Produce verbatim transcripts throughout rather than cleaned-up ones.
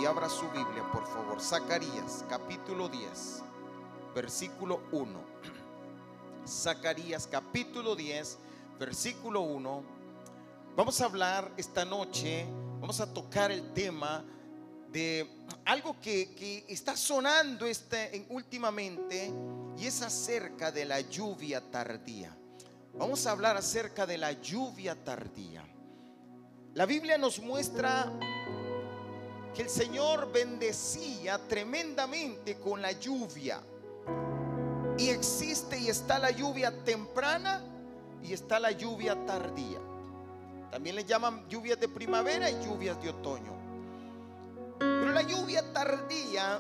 y abra su Biblia, por favor. Zacarías capítulo diez, versículo uno. Zacarías capítulo diez, versículo uno. Vamos a hablar esta noche, vamos a tocar el tema de algo que, que está sonando este, en, últimamente, y es acerca de la lluvia tardía. Vamos a hablar acerca de la lluvia tardía. La Biblia nos muestra que el Señor bendecía tremendamente con la lluvia. Y existe y está la lluvia temprana y está la lluvia tardía. También le llaman lluvias de primavera y lluvias de otoño. Pero la lluvia tardía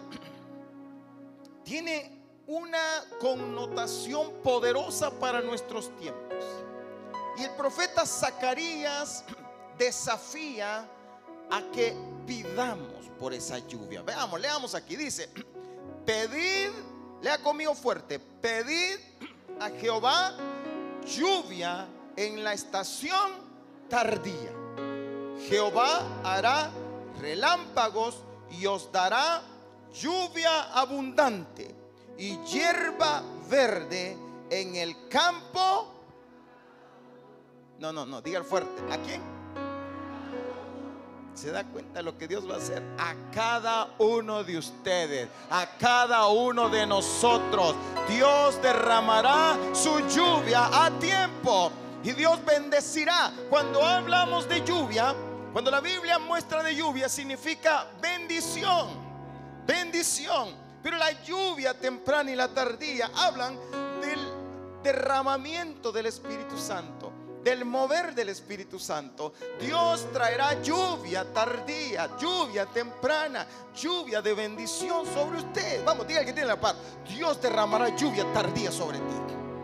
tiene una connotación poderosa para nuestros tiempos. Y el profeta Zacarías desafía a que pidamos por esa lluvia. Veamos, leamos aquí, dice: pedid, lea conmigo fuerte, pedid a Jehová lluvia en la estación tardía. Jehová hará relámpagos y os dará lluvia abundante y hierba verde en el campo. No, no, no, diga fuerte. ¿A quién? ¿Se da cuenta de lo que Dios va a hacer? A cada uno de ustedes, a cada uno de nosotros. Dios derramará su lluvia a tiempo y Dios bendecirá. Cuando hablamos de lluvia, cuando la Biblia muestra de lluvia, significa bendición, bendición. Pero la lluvia temprana y la tardía hablan del derramamiento del Espíritu Santo, del mover del Espíritu Santo. Dios traerá lluvia tardía, lluvia temprana, lluvia de bendición sobre usted. Vamos, diga el que tiene la paz: Dios derramará lluvia tardía sobre ti.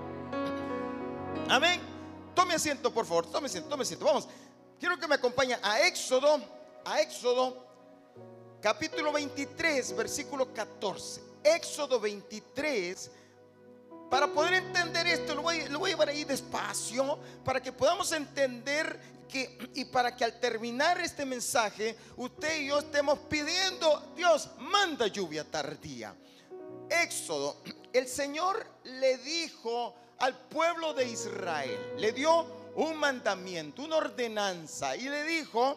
Amén. Tome asiento, por favor, tome asiento, tome asiento. Vamos, quiero que me acompañe a Éxodo, a Éxodo capítulo veintitrés, versículo catorce. Éxodo veintitrés. Para poder entender esto, lo voy, lo voy a llevar ahí despacio, para que podamos entender que, y para que al terminar este mensaje, usted y yo estemos pidiendo: Dios, manda lluvia tardía. Éxodo, el Señor le dijo al pueblo de Israel, le dio un mandamiento, una ordenanza, y le dijo: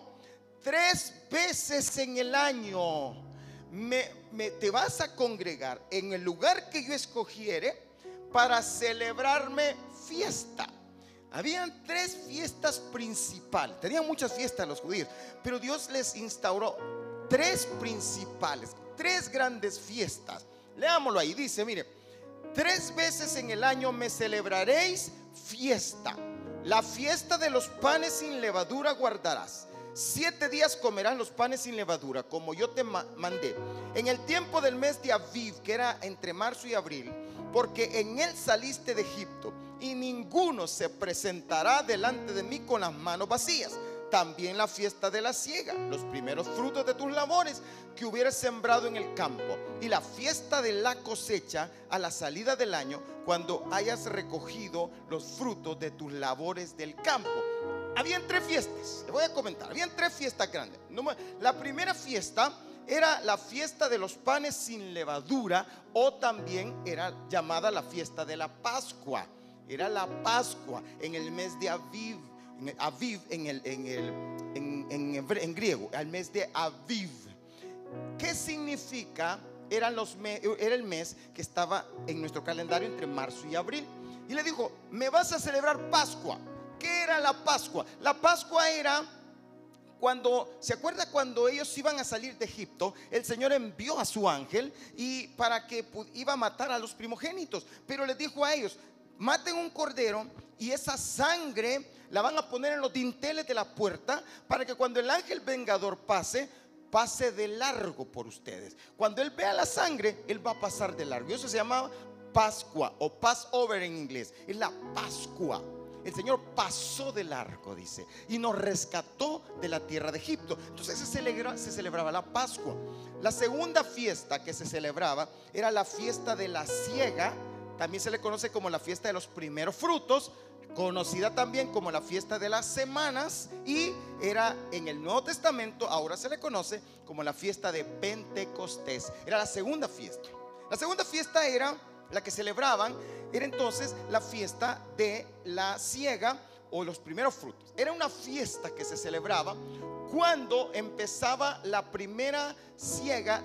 tres veces en el año me, me, te vas a congregar en el lugar que yo escogiere para celebrarme fiesta. Habían tres fiestas principales. Tenían muchas fiestas los judíos, pero Dios les instauró tres principales, tres grandes fiestas. Leámoslo ahí, dice, mire: tres veces en el año me celebraréis fiesta. La fiesta de los panes sin levadura guardarás. Siete días comerás los panes sin levadura, como yo te ma- mandé, en el tiempo del mes de Aviv, que era entre marzo y abril, porque en él saliste de Egipto, y ninguno se presentará delante de mí con las manos vacías. También la fiesta de la siega, los primeros frutos de tus labores que hubieras sembrado en el campo, y la fiesta de la cosecha a la salida del año, cuando hayas recogido los frutos de tus labores del campo. Habían tres fiestas, les voy a comentar. Habían tres fiestas grandes. La primera fiesta era la fiesta de los panes sin levadura, o también era llamada la fiesta de la Pascua. Era la Pascua en el mes de Aviv, en Aviv en, el, en, el, en, en, en griego, al mes de Aviv. ¿Qué significa? Eran los me, era el mes que estaba en nuestro calendario entre marzo y abril. Y le dijo: me vas a celebrar Pascua. ¿Qué era la Pascua? La Pascua era cuando, ¿se acuerda cuando ellos iban a salir de Egipto? El Señor envió a su ángel y para que iba a matar a los primogénitos, pero les dijo a ellos: maten un cordero y esa sangre la van a poner en los dinteles de la puerta, para que cuando el ángel vengador pase, pase de largo por ustedes. Cuando él vea la sangre, él va a pasar de largo. Y eso se llama Pascua, o Passover en inglés. Es la Pascua. El Señor pasó de largo, dice, y nos rescató de la tierra de Egipto. Entonces se, celebra, se celebraba la Pascua. La segunda fiesta que se celebraba era la fiesta de la siega. También se le conoce como la fiesta de los primeros frutos, conocida también como la fiesta de las semanas, y era en el Nuevo Testamento, ahora se le conoce como la fiesta de Pentecostés. Era la segunda fiesta. La segunda fiesta era la que celebraban, era entonces la fiesta de la siega o los primeros frutos. Era una fiesta que se celebraba cuando empezaba la primera siega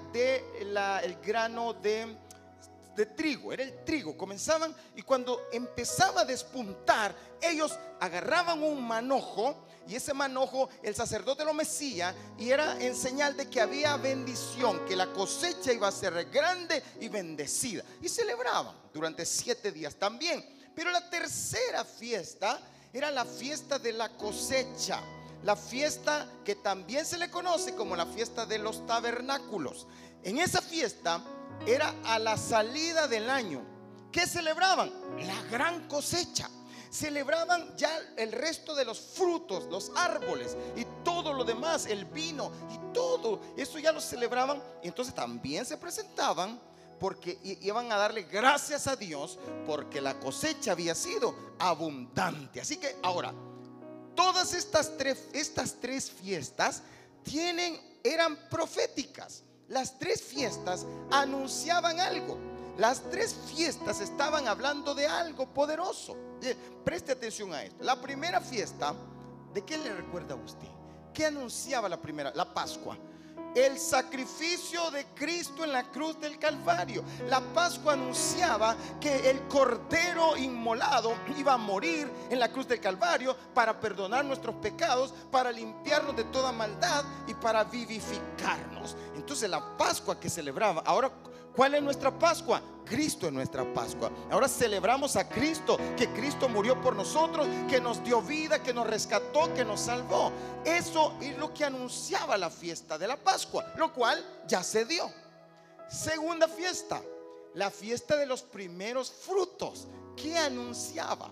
del grano de de trigo, era el trigo, comenzaban, y cuando empezaba a despuntar, ellos agarraban un manojo, y ese manojo el sacerdote lo mecía, y era en señal de que había bendición, que la cosecha iba a ser grande y bendecida, y celebraban durante siete días también. Pero la tercera fiesta era la fiesta de la cosecha, la fiesta que también se le conoce como la fiesta de los tabernáculos. En esa fiesta era a la salida del año. ¿Qué celebraban? La gran cosecha. Celebraban ya el resto de los frutos, los árboles y todo lo demás, el vino y todo eso ya lo celebraban. Y entonces también se presentaban porque iban a darle gracias a Dios porque la cosecha había sido abundante. Así que ahora, todas estas tres, estas tres fiestas tienen, eran proféticas. Las tres fiestas anunciaban algo. Las tres fiestas estaban hablando de algo poderoso. Preste atención a esto. La primera fiesta, ¿de qué le recuerda a usted? ¿Qué anunciaba la primera? La Pascua. El sacrificio de Cristo en la cruz del Calvario. La Pascua anunciaba que el cordero inmolado iba a morir en la cruz del Calvario para perdonar nuestros pecados, para limpiarnos de toda maldad y para vivificarnos. Entonces la Pascua que celebraba. Ahora, ¿cuál es nuestra Pascua? Cristo es nuestra Pascua. Ahora celebramos a Cristo, que Cristo murió por nosotros, que nos dio vida, que nos rescató, que nos salvó. Eso es lo que anunciaba la fiesta de la Pascua, lo cual ya se dio. Segunda fiesta, la fiesta de los primeros frutos. ¿Qué anunciaba?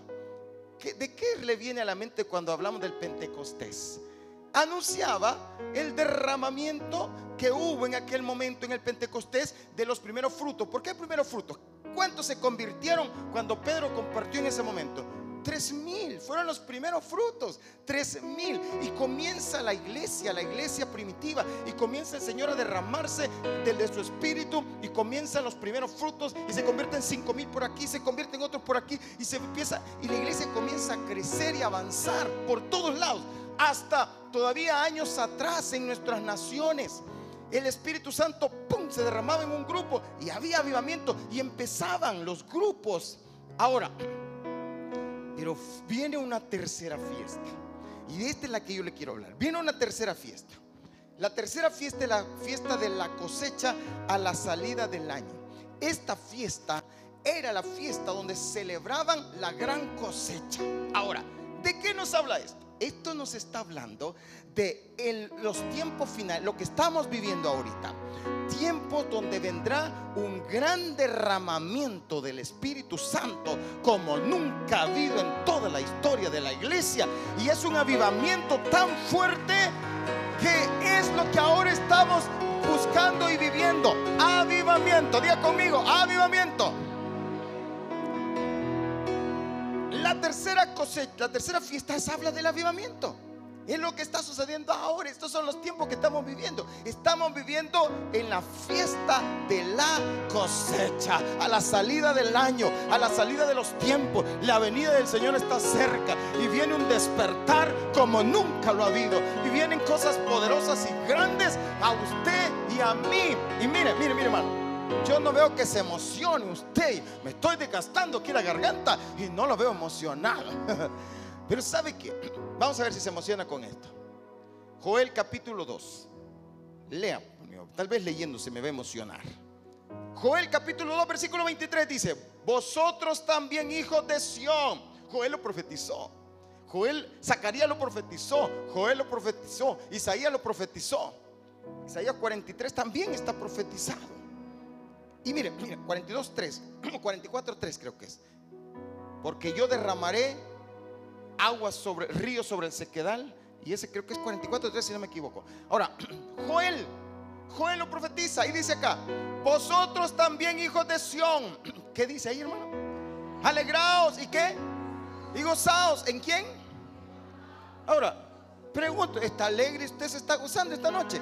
¿De qué le viene a la mente cuando hablamos del Pentecostés? Anunciaba el derramamiento que hubo en aquel momento en el Pentecostés de los primeros frutos. ¿Por qué primeros frutos? ¿Cuántos se convirtieron cuando Pedro compartió en ese momento? Tres mil, fueron los primeros frutos, tres mil. Y comienza la iglesia, la iglesia primitiva, y comienza el Señor a derramarse de su espíritu, y comienzan los primeros frutos, y se convierten cinco mil por aquí, se convierten otros por aquí, y se empieza, y la iglesia comienza a crecer y avanzar por todos lados. Hasta todavía años atrás en nuestras naciones, el Espíritu Santo ¡pum!, se derramaba en un grupo y había avivamiento y empezaban los grupos. Ahora, pero viene una tercera fiesta, y de esta es la que yo le quiero hablar. Viene una tercera fiesta. La tercera fiesta es la fiesta de la cosecha a la salida del año. Esta fiesta era la fiesta donde celebraban la gran cosecha. Ahora, ¿de qué nos habla esto? Esto nos está hablando de el, los tiempos finales, lo que estamos viviendo ahorita. Tiempos donde vendrá un gran derramamiento del Espíritu Santo como nunca ha habido en toda la historia de la iglesia. Y es un avivamiento tan fuerte que es lo que ahora estamos buscando y viviendo. Avivamiento, diga conmigo, avivamiento. La tercera cosecha, la tercera fiesta habla del avivamiento. Es lo que está sucediendo ahora. Estos son los tiempos que estamos viviendo. Estamos viviendo en la fiesta de la cosecha, a la salida del año, a la salida de los tiempos. La venida del Señor está cerca y viene un despertar como nunca lo ha habido. Y vienen cosas poderosas y grandes a usted y a mí. Y mire, mire, mire, hermano, yo no veo que se emocione usted. Me estoy desgastando aquí la garganta y no lo veo emocionado. Pero ¿sabe qué? Vamos a ver si se emociona con esto. Joel capítulo dos. Lea, tal vez leyendo se me va a emocionar. Joel capítulo dos versículo veintitrés dice: vosotros también, hijos de Sión. Joel lo profetizó. Joel, Zacarías lo profetizó. Joel lo profetizó. Isaías lo profetizó. Isaías cuarenta y tres también está profetizado. Y mire, mire, cuarenta y dos tres, cuarenta y cuatro tres creo que es. Porque yo derramaré aguas sobre ríos sobre el sequedal. Y ese creo que es cuarenta y cuatro tres si no me equivoco. Ahora, Joel Joel lo profetiza y dice acá: vosotros también, hijos de Sión. ¿Qué dice ahí, hermano? Alegraos. ¿Y qué? y gozaos. ¿En quién? Ahora, pregunto, ¿está alegre? ¿Usted se está gozando esta noche?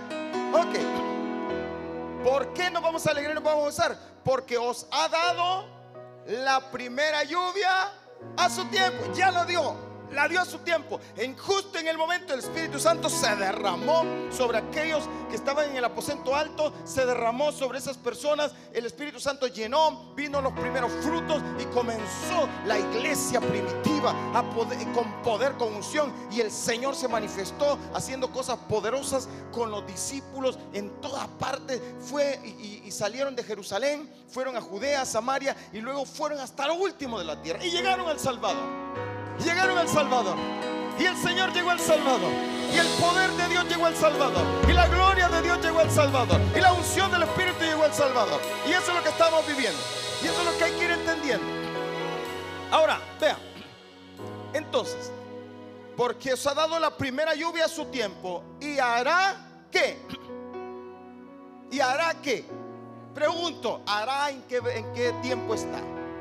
Ok. ¿Por qué nos vamos a alegrar y nos vamos a gozar? Porque os ha dado la primera lluvia a su tiempo. Ya la dio. La dio a su tiempo. En justo en el momento el Espíritu Santo se derramó sobre aquellos que estaban en el aposento alto. Se derramó sobre esas personas. El Espíritu Santo llenó, vino los primeros frutos y comenzó la iglesia primitiva a poder, con poder, con unción. Y el Señor se manifestó haciendo cosas poderosas con los discípulos en todas partes. Fue y, y, y salieron de Jerusalén, fueron a Judea, a Samaria y luego fueron hasta lo último de la tierra y llegaron al Salvador. Llegaron al Salvador. Y el Señor llegó al Salvador. Y el poder de Dios llegó al Salvador. Y la gloria de Dios llegó al Salvador. Y la unción del Espíritu llegó al Salvador. Y eso es lo que estamos viviendo. Y eso es lo que hay que ir entendiendo. Ahora, vean. Entonces, porque os ha dado la primera lluvia a su tiempo. ¿Y hará qué? ¿Y hará qué? Pregunto, ¿hará en qué, en qué tiempo está?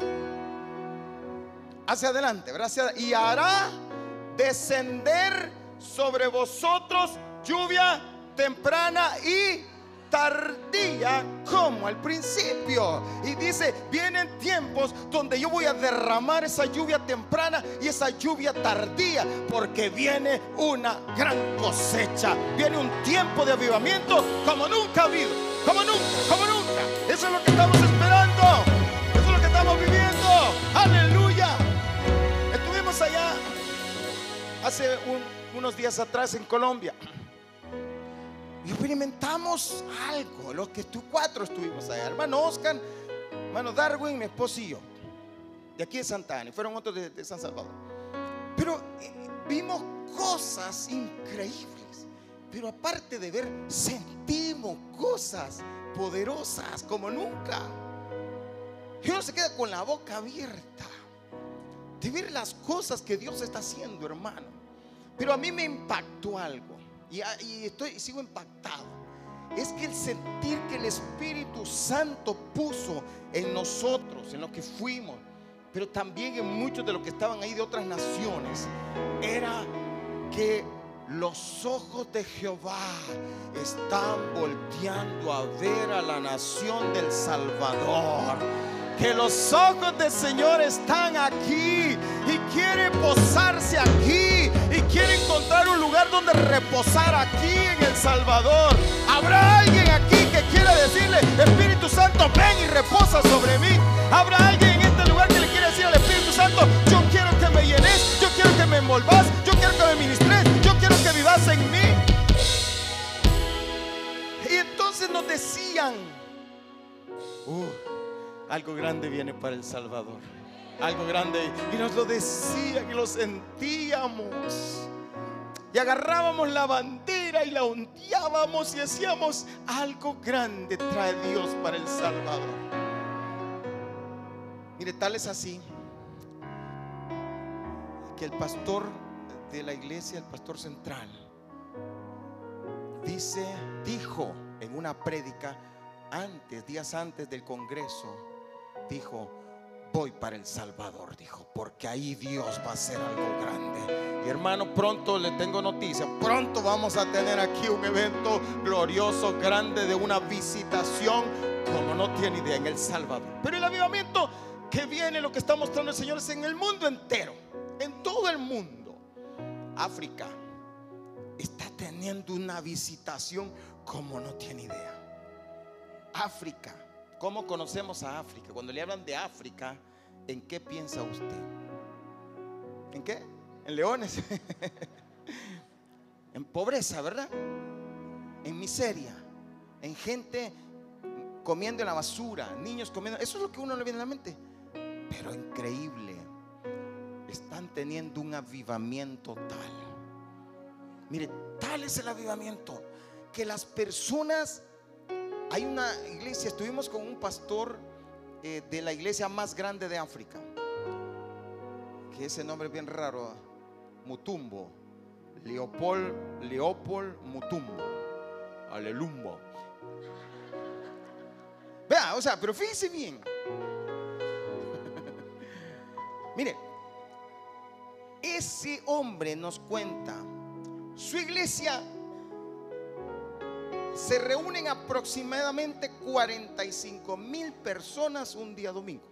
Hacia adelante, ¿verdad? Y hará descender sobre vosotros lluvia temprana y tardía como al principio. Y dice, vienen tiempos donde yo voy a derramar esa lluvia temprana y esa lluvia tardía, porque viene una gran cosecha. Viene un tiempo de avivamiento como nunca ha habido, como nunca, como nunca. Eso es lo que estamos esperando. Eso es lo que estamos viviendo. Aleluya. Estuvimos allá hace un, unos días atrás en Colombia y experimentamos algo. Los que tú cuatro estuvimos allá, hermano Oscar, hermano Darwin, mi esposo y yo, de aquí de Santa Ana, y fueron otros de, de San Salvador. Pero eh, vimos cosas increíbles. Pero aparte de ver, sentimos cosas poderosas como nunca. Y uno se queda con la boca abierta de ver las cosas que Dios está haciendo, hermano. Pero a mí me impactó algo, y, y estoy, sigo impactado. Es que el sentir que el Espíritu Santo puso en nosotros, en lo que fuimos, pero también en muchos de los que estaban ahí de otras naciones, era que los ojos de Jehová están volteando a ver a la nación del Salvador. Que los ojos del Señor están aquí y quiere posarse aquí y quiere encontrar un lugar donde reposar aquí en El Salvador. Habrá alguien aquí que quiera decirle, Espíritu Santo, ven y reposa sobre mí. Habrá alguien en este lugar que le quiere decir al Espíritu Santo, yo quiero que me llenes, yo quiero que me envolvas, yo quiero que me ministres, yo quiero que vivas en mí. Y entonces nos decían, uh, algo grande viene para El Salvador. Algo grande. Y nos lo decían y lo sentíamos. Y agarrábamos la bandera y la ondeábamos y decíamos, algo grande trae Dios para El Salvador. Mire, tal es así que el pastor de la iglesia, el pastor central, dice, dijo en una prédica antes, días antes del congreso, dijo, voy para El Salvador, dijo, porque ahí Dios va a hacer algo grande. Y hermano, pronto le tengo noticia, pronto vamos a tener aquí un evento glorioso, grande, de una visitación como no tiene idea en El Salvador. Pero el avivamiento que viene, lo que está mostrando el Señor, es en el mundo entero, en todo el mundo. África está teniendo una visitación como no tiene idea. África, ¿cómo conocemos a África? Cuando le hablan de África, ¿en qué piensa usted? ¿En qué? En leones. En pobreza, ¿verdad? En miseria, en gente comiendo en la basura, niños comiendo. Eso es lo que uno le viene a la mente. Pero increíble, están teniendo un avivamiento tal. Mire, tal es el avivamiento que las personas... Hay una iglesia, estuvimos con un pastor eh, de la iglesia más grande de África, que ese nombre es bien raro, Mutumbo, Leopold, Leopold Mutumbo, Alelumbo. Vea, o sea, pero fíjese bien. Mire, ese hombre nos cuenta, su iglesia se reúnen aproximadamente cuarenta y cinco mil personas un día domingo.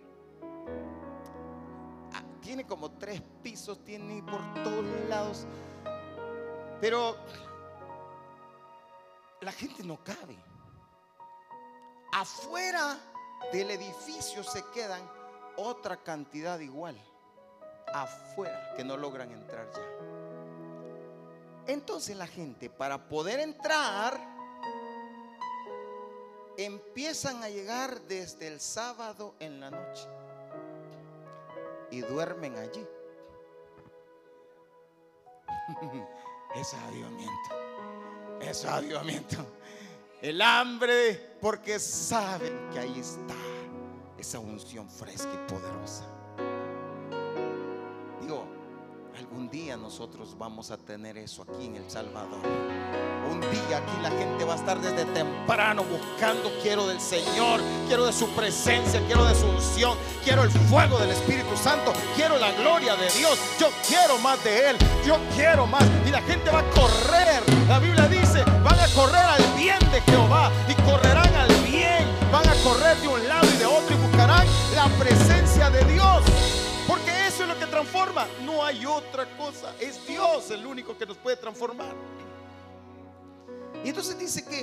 Ah, tiene como tres pisos, tiene por todos lados, pero la gente no cabe. Afuera del edificio se quedan otra cantidad igual afuera que no logran entrar ya. Entonces la gente, para poder entrar, empiezan a llegar desde el sábado en la noche y duermen allí. Es avivamiento, es avivamiento. El hambre, porque saben que ahí está esa unción fresca y poderosa. Digo, algún día nosotros vamos a tener eso aquí en El Salvador. Un día aquí la gente va a estar desde temprano buscando: quiero del Señor, quiero de su presencia, quiero de su unción, quiero el fuego del Espíritu Santo, quiero la gloria de Dios, yo quiero más de Él, yo quiero más. Y la gente va a correr. La Biblia dice: van a correr al bien de Jehová, y correrán al bien. Van a correr de un lado y de otro y buscarán la presencia de Dios, porque eso es lo que transforma. No hay otra cosa. Es Dios el único que nos puede transformar. Y entonces dice que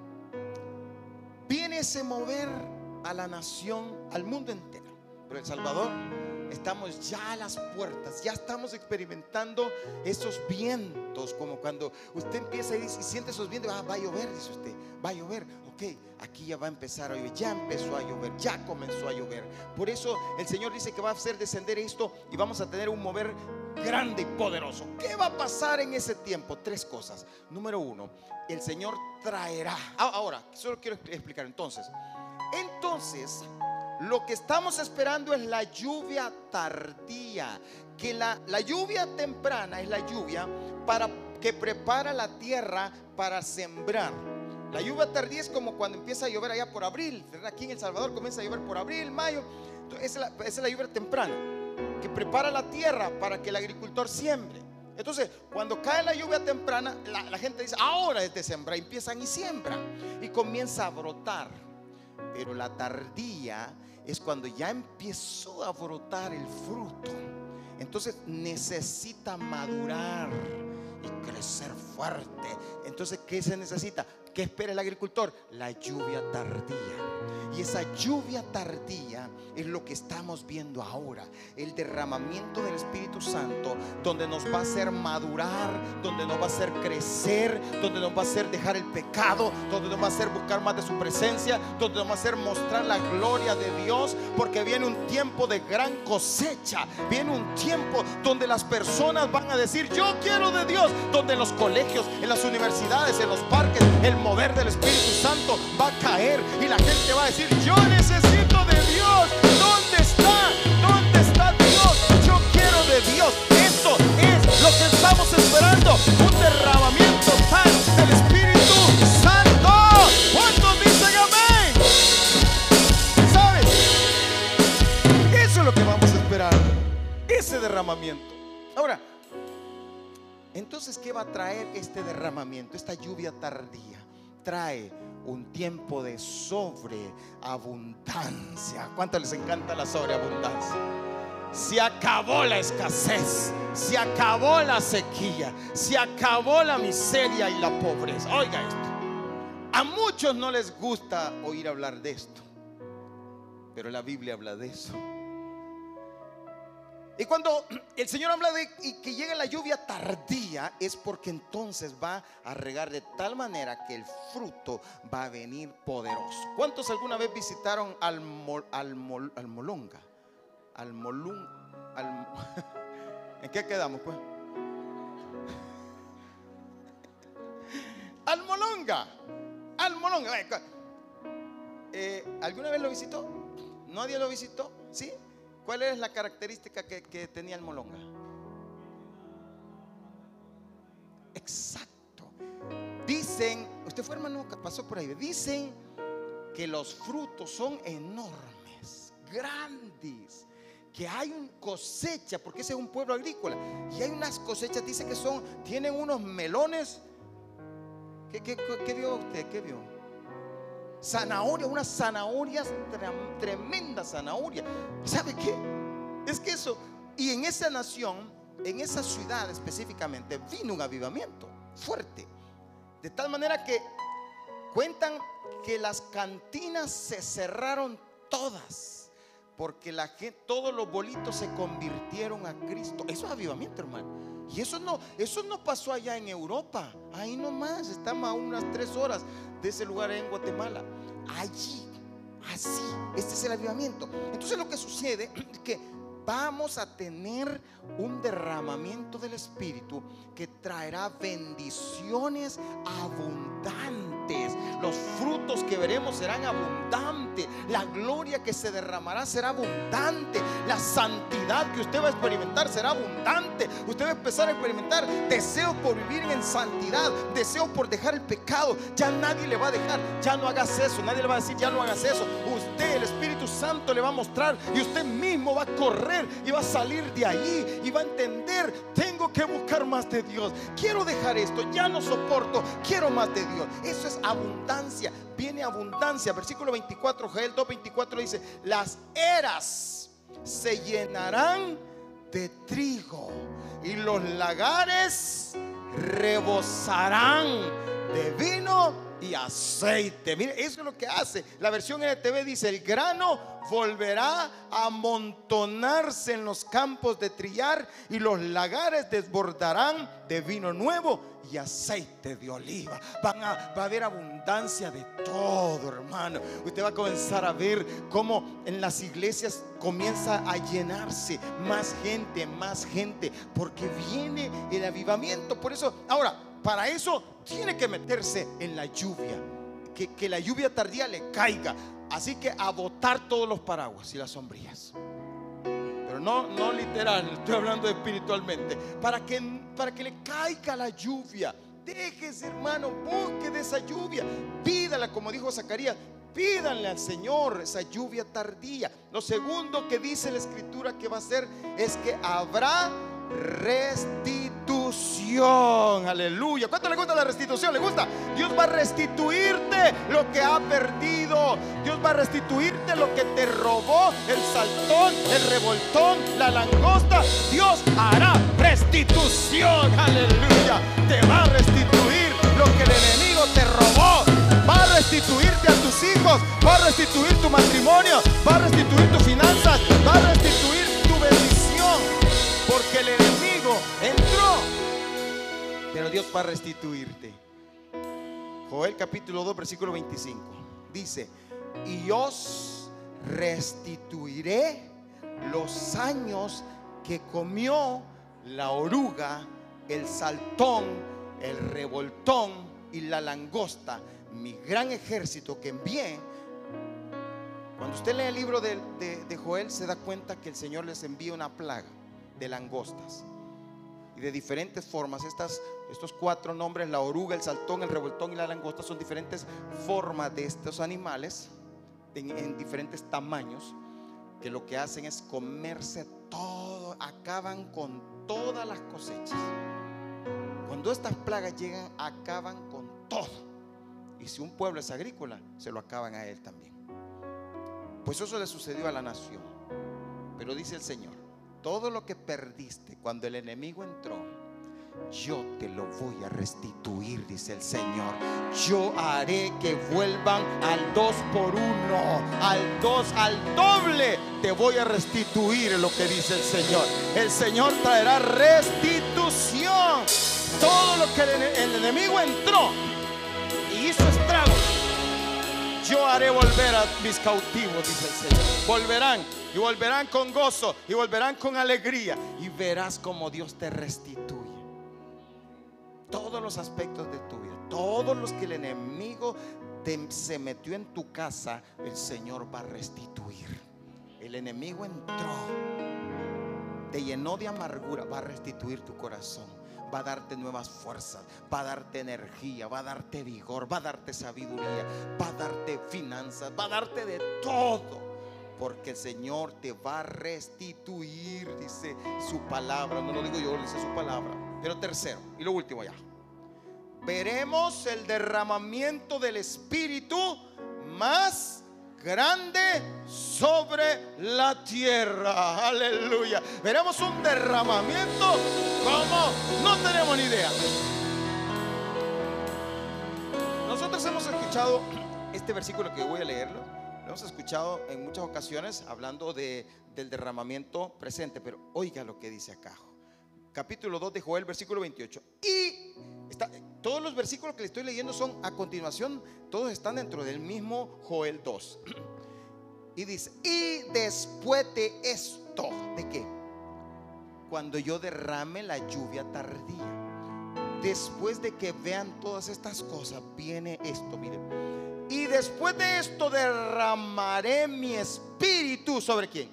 viene ese mover a la nación, al mundo entero. Pero El Salvador, estamos ya a las puertas, ya estamos experimentando esos vientos, como cuando usted empieza y, dice, y siente esos vientos. Ah, va a llover, dice usted, va a llover. Ok, aquí ya va a empezar a llover, ya empezó a llover, ya comenzó a llover. Por eso el Señor dice que va a hacer descender esto y vamos a tener un mover grande y poderoso. ¿Qué va a pasar en ese tiempo? Tres cosas. Número uno, el Señor traerá. Ahora, solo quiero explicar entonces. Entonces, lo que estamos esperando es la lluvia tardía. Que la, la lluvia temprana es la lluvia para que prepara la tierra para sembrar. La lluvia tardía es como cuando empieza a llover allá por abril, ¿verdad? Aquí en El Salvador comienza a llover por abril, mayo. Entonces, esa, es la, esa es la lluvia temprana, que prepara la tierra para que el agricultor siembre. Entonces, cuando cae la lluvia temprana, la, la gente dice: ahora es de sembrar. Empiezan y siembran y comienza a brotar. Pero la tardía es cuando ya empezó a brotar el fruto. Entonces necesita madurar y crecer fuerte. Entonces, ¿qué se necesita? ¿Qué espera el agricultor? La lluvia tardía. Y esa lluvia tardía es lo que estamos viendo ahora, el derramamiento del Espíritu Santo, donde nos va a hacer madurar, donde nos va a hacer crecer, donde nos va a hacer dejar el pecado, donde nos va a hacer buscar más de su presencia, donde nos va a hacer mostrar la gloria de Dios, porque viene un tiempo de gran cosecha, viene un tiempo donde las personas van a decir: yo quiero de Dios, donde en los colegios, en las universidades, en los parques, el mover del Espíritu Santo va a caer y la gente va a decir: yo necesito de Dios. ¿Dónde está? ¿Dónde está Dios? Yo quiero de Dios. Esto es lo que estamos esperando, un derramamiento tal del Espíritu Santo. ¿Cuántos dicen amén? ¿Sabes? Eso es lo que vamos a esperar, ese derramamiento. Ahora, entonces, ¿qué va a traer este derramamiento? Esta lluvia tardía trae un tiempo de sobreabundancia. ¿Cuánto les encanta la sobreabundancia? Se acabó la escasez, se acabó la sequía, se acabó la miseria y la pobreza. Oiga esto, a muchos no les gusta oír hablar de esto, pero la Biblia habla de eso. Y cuando el Señor habla de y que llegue la lluvia tardía, es porque entonces va a regar de tal manera que el fruto va a venir poderoso. ¿Cuántos alguna vez visitaron Almol, Almol, Almolonga? Almolun, Alm... ¿En qué quedamos, pues? Almolonga, Almolonga. Eh, ¿Alguna vez lo visitó? ¿Nadie lo visitó? ¿Sí? ¿Cuál es la característica que, que tenía el Molonga? Exacto. Dicen, usted fue hermano que pasó por ahí, dicen que los frutos son enormes, grandes, que hay una cosecha, porque ese es un pueblo agrícola, y hay unas cosechas, dice que son, tienen unos melones. ¿Qué, qué, qué vio usted? ¿Qué vio? Zanahorias, unas zanahorias, tremendas zanahorias. ¿Sabe qué? Es que eso, y en esa nación, en esa ciudad específicamente, vino un avivamiento fuerte, de tal manera que cuentan que las cantinas se cerraron todas, porque la gente, todos los bolitos se convirtieron a Cristo. Eso es avivamiento, hermano. Y eso no, eso no pasó allá en Europa. Ahí nomás, estamos a unas tres horas de ese lugar en Guatemala. Allí, así, este es el avivamiento. Entonces lo que sucede es que vamos a tener un derramamiento del Espíritu que traerá bendiciones abundantes. Los frutos que veremos serán abundantes. La gloria que se derramará será abundante. La santidad que usted va a experimentar será abundante. Usted va a empezar a experimentar deseos por vivir en santidad, deseos por dejar el pecado. Ya nadie le va a dejar, ya no hagas eso. Nadie le va a decir, ya no hagas eso. Usted, el Espíritu Santo le va a mostrar, y usted mismo va a correr y va a salir de ahí y va a entender: tengo que buscar más de Dios. Quiero dejar esto, ya no soporto, quiero más de Dios. Eso es abundancia, viene abundancia. Versículo veinticuatro, Joel dos veinticuatro dice: las eras se llenarán de trigo y los lagares rebosarán de vino y aceite. Mire, eso es lo que hace. La versión N T V dice: el grano volverá a amontonarse en los campos de trillar y los lagares desbordarán de vino nuevo y aceite de oliva. Van a, va a haber abundancia de todo, hermano. Usted va a comenzar a ver cómo en las iglesias comienza a llenarse más gente, más gente, porque viene el avivamiento. Por eso, ahora, para eso tiene que meterse en la lluvia, que, que la lluvia tardía le caiga. Así que a botar todos los paraguas y las sombrillas. Pero no, no literal, estoy hablando espiritualmente. Para que, para que le caiga la lluvia. Déjese, hermano, busque de esa lluvia. Pídala, como dijo Zacarías. Pídanle al Señor esa lluvia tardía. Lo segundo que dice la Escritura que va a hacer es que habrá restitución. Aleluya. ¿Cuánto le gusta la restitución? ¿Le gusta? Dios va a restituirte lo que ha perdido. Dios va a restituirte lo que te robó el saltón, el revoltón, la langosta. Dios hará restitución. Aleluya. Te va a restituir lo que el enemigo te robó. Va a restituirte a tus hijos. Va a restituir tu matrimonio. Va a restituir tus finanzas. Va a restituir tu bendición, porque el enemigo entró, pero Dios va a restituirte. Joel capítulo dos versículo veinticinco dice: y os restituiré los años que comió la oruga, el saltón, el revoltón y la langosta, mi gran ejército que envié. Cuando usted lee el libro de, de, de Joel, se da cuenta que el Señor les envía una plaga de langostas y de diferentes formas. Estas, estos cuatro nombres, la oruga, el saltón, el revoltón y la langosta, son diferentes formas de estos animales en, en diferentes tamaños, que lo que hacen es comerse todo, acaban con todas las cosechas. Cuando estas plagas llegan, acaban con todo. Y si un pueblo es agrícola, se lo acaban a él también. Pues eso le sucedió a la nación. Pero dice el Señor: todo lo que perdiste cuando el enemigo entró, yo te lo voy a restituir, dice el Señor. Yo haré que vuelvan al dos por uno, al dos, al doble. Te voy a restituir, lo que dice el Señor. El Señor traerá restitución. Todo lo que el, el enemigo entró y hizo estragos, yo haré volver a mis cautivos, dice el Señor. Volverán y volverán con gozo y volverán con alegría, y verás como Dios te restituye todos los aspectos de tu vida. Todos los que el enemigo te, se metió en tu casa, el Señor va a restituir. El enemigo entró, te llenó de amargura, va a restituir tu corazón. Va a darte nuevas fuerzas, va a darte energía, va a darte vigor, va a darte sabiduría, va a darte finanzas, va a darte de todo. porque el Señor te va a restituir, dice su palabra. No lo digo yo, dice su palabra. Pero tercero, y lo último ya, veremos el derramamiento del Espíritu más grande sobre la tierra. Aleluya. Veremos un derramamiento como no tenemos ni idea. Nosotros hemos escuchado este versículo que voy a leerlo, lo hemos escuchado en muchas ocasiones hablando de, del derramamiento presente, pero oiga lo que dice acá. Capítulo dos de Joel, versículo veintiocho. Y está, todos los versículos que le estoy leyendo son a continuación, todos están dentro del mismo Joel dos. Y dice: y después de esto, ¿de qué? Cuando yo derrame la lluvia tardía, después de que vean todas estas cosas, viene esto, miren. Y después de esto derramaré mi espíritu. ¿Sobre quién?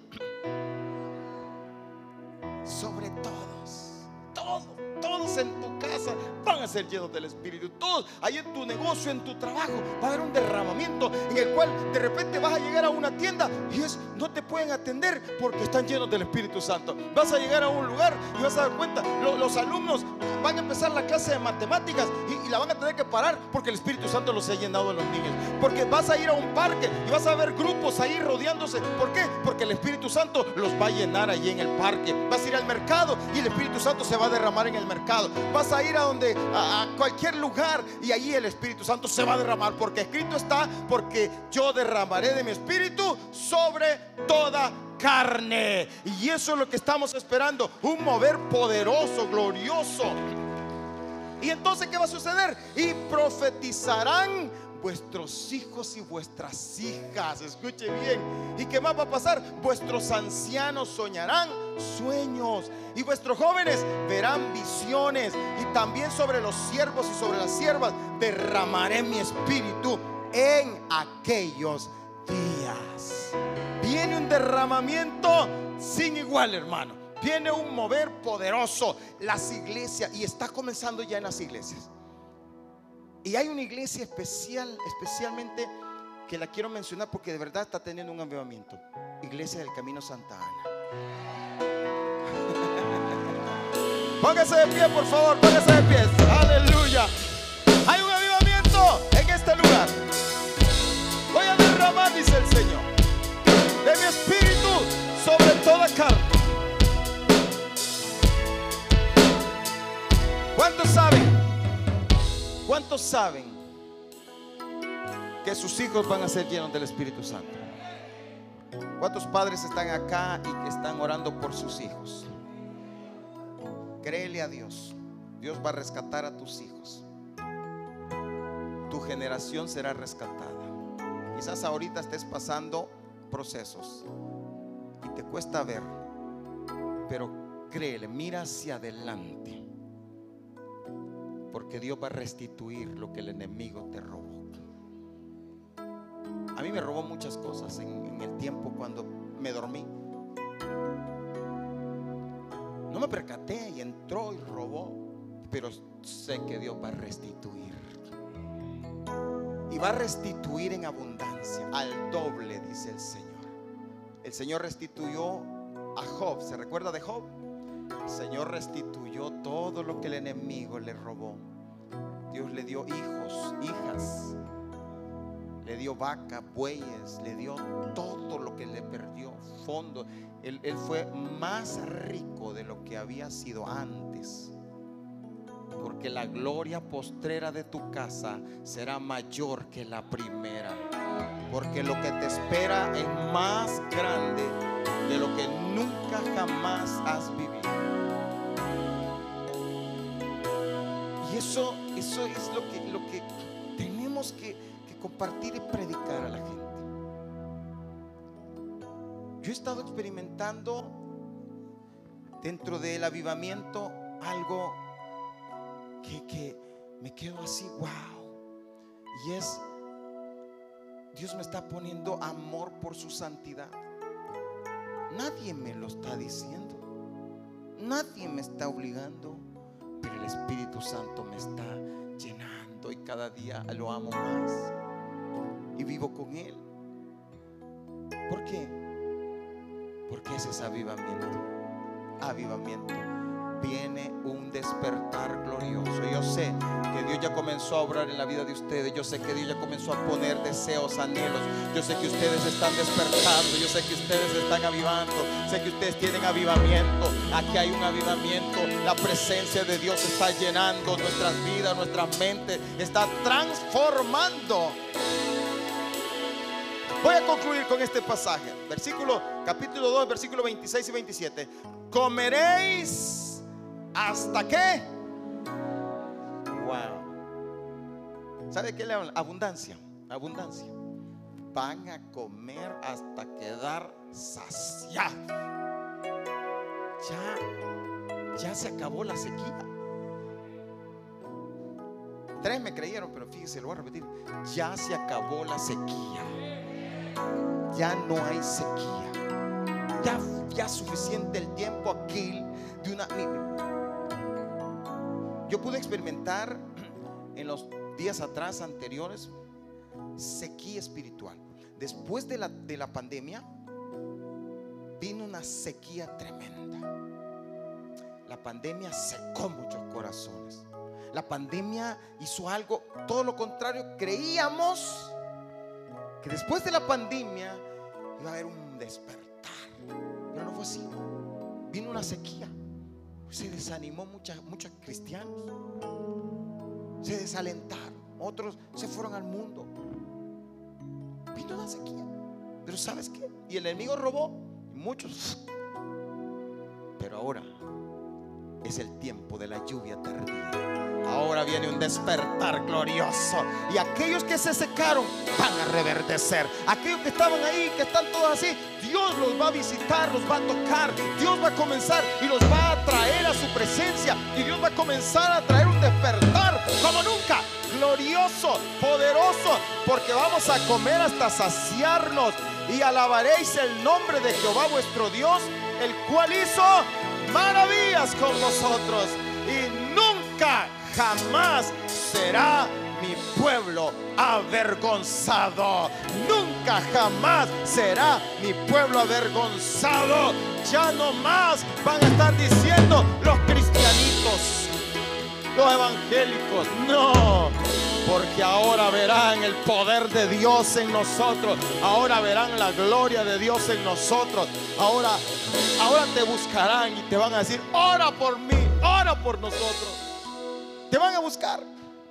Sobre todos. Todos, todos en tu casa van a ser llenos del Espíritu. Todos, ahí en tu negocio, en tu trabajo, va a haber un derramamiento en el cual de repente vas a llegar a una tienda y es, no te pueden atender porque están llenos del Espíritu Santo. Vas a llegar a un lugar y vas a dar cuenta, lo, los alumnos van a empezar la clase de matemáticas y, y la van a tener que parar porque el Espíritu Santo los ha llenado a los niños. Porque vas a ir a un parque y vas a ver grupos ahí rodeándose. ¿Por qué? Porque el Espíritu Santo los va a llenar allí en el parque. Vas a ir al mercado y el Espíritu Santo se va a derramar en el mercado. Vas a ir a donde a, a cualquier lugar y allí el Espíritu Santo se va a derramar, porque escrito está: porque yo derramaré de mi espíritu sobre toda carne. Y eso es lo que estamos esperando, un mover poderoso, glorioso. Y entonces, ¿qué va a suceder? Y profetizarán vuestros hijos y vuestras hijas. Escuche bien. ¿Y qué más va a pasar? Vuestros ancianos soñarán sueños y vuestros jóvenes verán visiones. Y también sobre los siervos y sobre las siervas derramaré mi espíritu en aquellos días. Viene un derramamiento sin igual, hermano. Viene un mover poderoso. Las iglesias, y está comenzando ya en las iglesias. Y hay una iglesia especial, especialmente, que la quiero mencionar porque de verdad está teniendo un avivamiento. Iglesia del Camino Santa Ana. Póngase de pie, por favor, póngase de pie. Aleluya. Hay un avivamiento en este lugar. Voy a derramar, dice el Señor, de mi espíritu sobre toda carne. ¿Cuántos saben? ¿Cuántos saben que sus hijos van a ser llenos del Espíritu Santo? ¿Cuántos padres están acá y que están orando por sus hijos? Créele a Dios. Dios va a rescatar a tus hijos. Tu generación será rescatada. Quizás ahorita estés pasando procesos y te cuesta ver, pero créele, mira hacia adelante, porque Dios va a restituir lo que el enemigo te robó. A mí me robó muchas cosas en, en el tiempo cuando me dormí. No me percaté y entró y robó, pero sé que Dios va a restituir. Y va a restituir en abundancia, al doble, dice el Señor. El Señor restituyó a Job. ¿Se recuerda de Job? El Señor restituyó todo lo que el enemigo le robó. Dios le dio hijos, hijas, le dio vacas, bueyes, le dio todo lo que le perdió, fondo. Él, él fue más rico de lo que había sido antes, porque la gloria postrera de tu casa será mayor que la primera, porque lo que te espera es más grande de lo que nunca jamás has vivido. Y eso, eso es lo que, lo que tenemos que, que compartir y predicar a la gente. Yo he estado experimentando dentro del avivamiento algo que, que me quedo así, wow. Y es, Dios me está poniendo amor por su santidad. Nadie me lo está diciendo, nadie me está obligando, pero el Espíritu Santo me está llenando y cada día lo amo más y vivo con Él. ¿Por qué? Porque ese es avivamiento. Avivamiento. Viene un despertar glorioso. Yo sé que Dios ya comenzó a obrar en la vida de ustedes. Yo sé que Dios ya comenzó a poner deseos, anhelos. Yo sé que ustedes están despertando. Yo sé que ustedes están avivando. Sé que ustedes tienen avivamiento. Aquí hay un avivamiento. La presencia de Dios está llenando nuestras vidas, nuestras mentes. Está transformando. Voy a concluir con este pasaje. Versículo, capítulo dos, versículo veintiséis y veintisiete. Comeréis ¿hasta qué? Wow. ¿Sabe qué le hablan? Abundancia. Abundancia. Van a comer hasta quedar saciados. Ya, ya se acabó la sequía. Tres me creyeron, pero fíjense, lo voy a repetir. Ya se acabó la sequía. Ya no hay sequía. Ya, ya suficiente el tiempo aquí de una. Yo pude experimentar en los días atrás anteriores sequía espiritual. Después de la, de la pandemia vino una sequía tremenda. La pandemia secó muchos corazones. La pandemia hizo algo, todo lo contrario. Creíamos que después de la pandemia iba a haber un despertar, pero no fue así. Vino una sequía. Se desanimó muchos muchos cristianos. Se desalentaron. Otros se fueron al mundo. Vino una sequía. Pero ¿sabes qué? Y el enemigo robó. Y muchos. Pero ahora es el tiempo de la lluvia tardía. Ahora viene un despertar glorioso. Y aquellos que se secaron van a reverdecer. Aquellos que estaban ahí, que están todos así, Dios los va a visitar, los va a tocar. Dios va a comenzar y los va a traer a su presencia. Y Dios va a comenzar a traer un despertar como nunca. Glorioso, poderoso. Porque vamos a comer hasta saciarnos. Y alabaréis el nombre de Jehová vuestro Dios, el cual hizo maravillas con nosotros. Y nunca jamás será mi pueblo avergonzado. Nunca jamás será mi pueblo avergonzado. Ya no más van a estar diciendo los cristianitos, los evangélicos. No, porque ahora verán el poder de Dios en nosotros. Ahora verán la gloria de Dios en nosotros. Ahora, ahora te buscarán y te van a decir: ora por mí, ora por nosotros. Te van a buscar.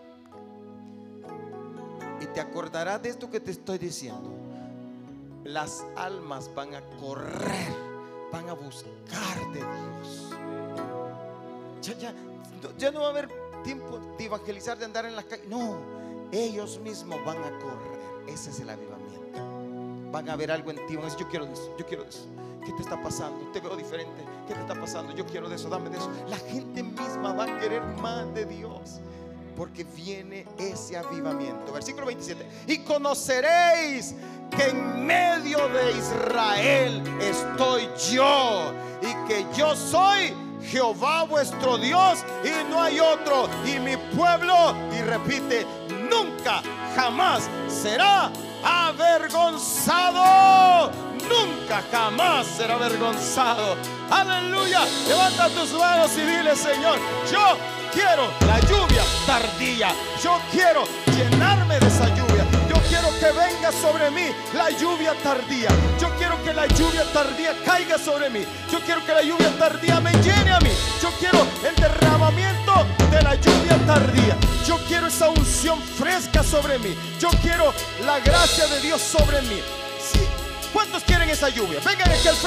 Y te acordarás de esto que te estoy diciendo. Las almas van a correr, van a buscar de Dios. Ya, ya, ya no va a haber tiempo de evangelizar, de andar en las calles. No, ellos mismos van a correr. Ese es el avivamiento. Van a ver algo en ti, van a decir: yo quiero de eso, yo quiero de eso. ¿Qué te está pasando? Te veo diferente. ¿Qué te está pasando? Yo quiero de eso, dame de eso. La gente misma va a querer más de Dios, porque viene ese avivamiento. Versículo veintisiete. Y conoceréis que en medio de Israel estoy yo, y que yo soy Jehová vuestro Dios, y no hay otro. Y mi pueblo, y repite, nunca jamás será avergonzado. Nunca jamás será avergonzado. Aleluya. Levanta tus manos y dile: Señor, yo quiero la lluvia tardía. Yo quiero llenarme de esa lluvia. Yo quiero que venga sobre mí la lluvia tardía. Yo quiero que la lluvia tardía caiga sobre mí. Yo quiero que la lluvia tardía me llene a mí. Yo quiero el derramamiento de la lluvia tardía. Yo quiero esa unción fresca sobre mí. Yo quiero la gracia de Dios sobre mí. Sí. ¿Cuántos quieren esa lluvia? Vengan aquí al frente.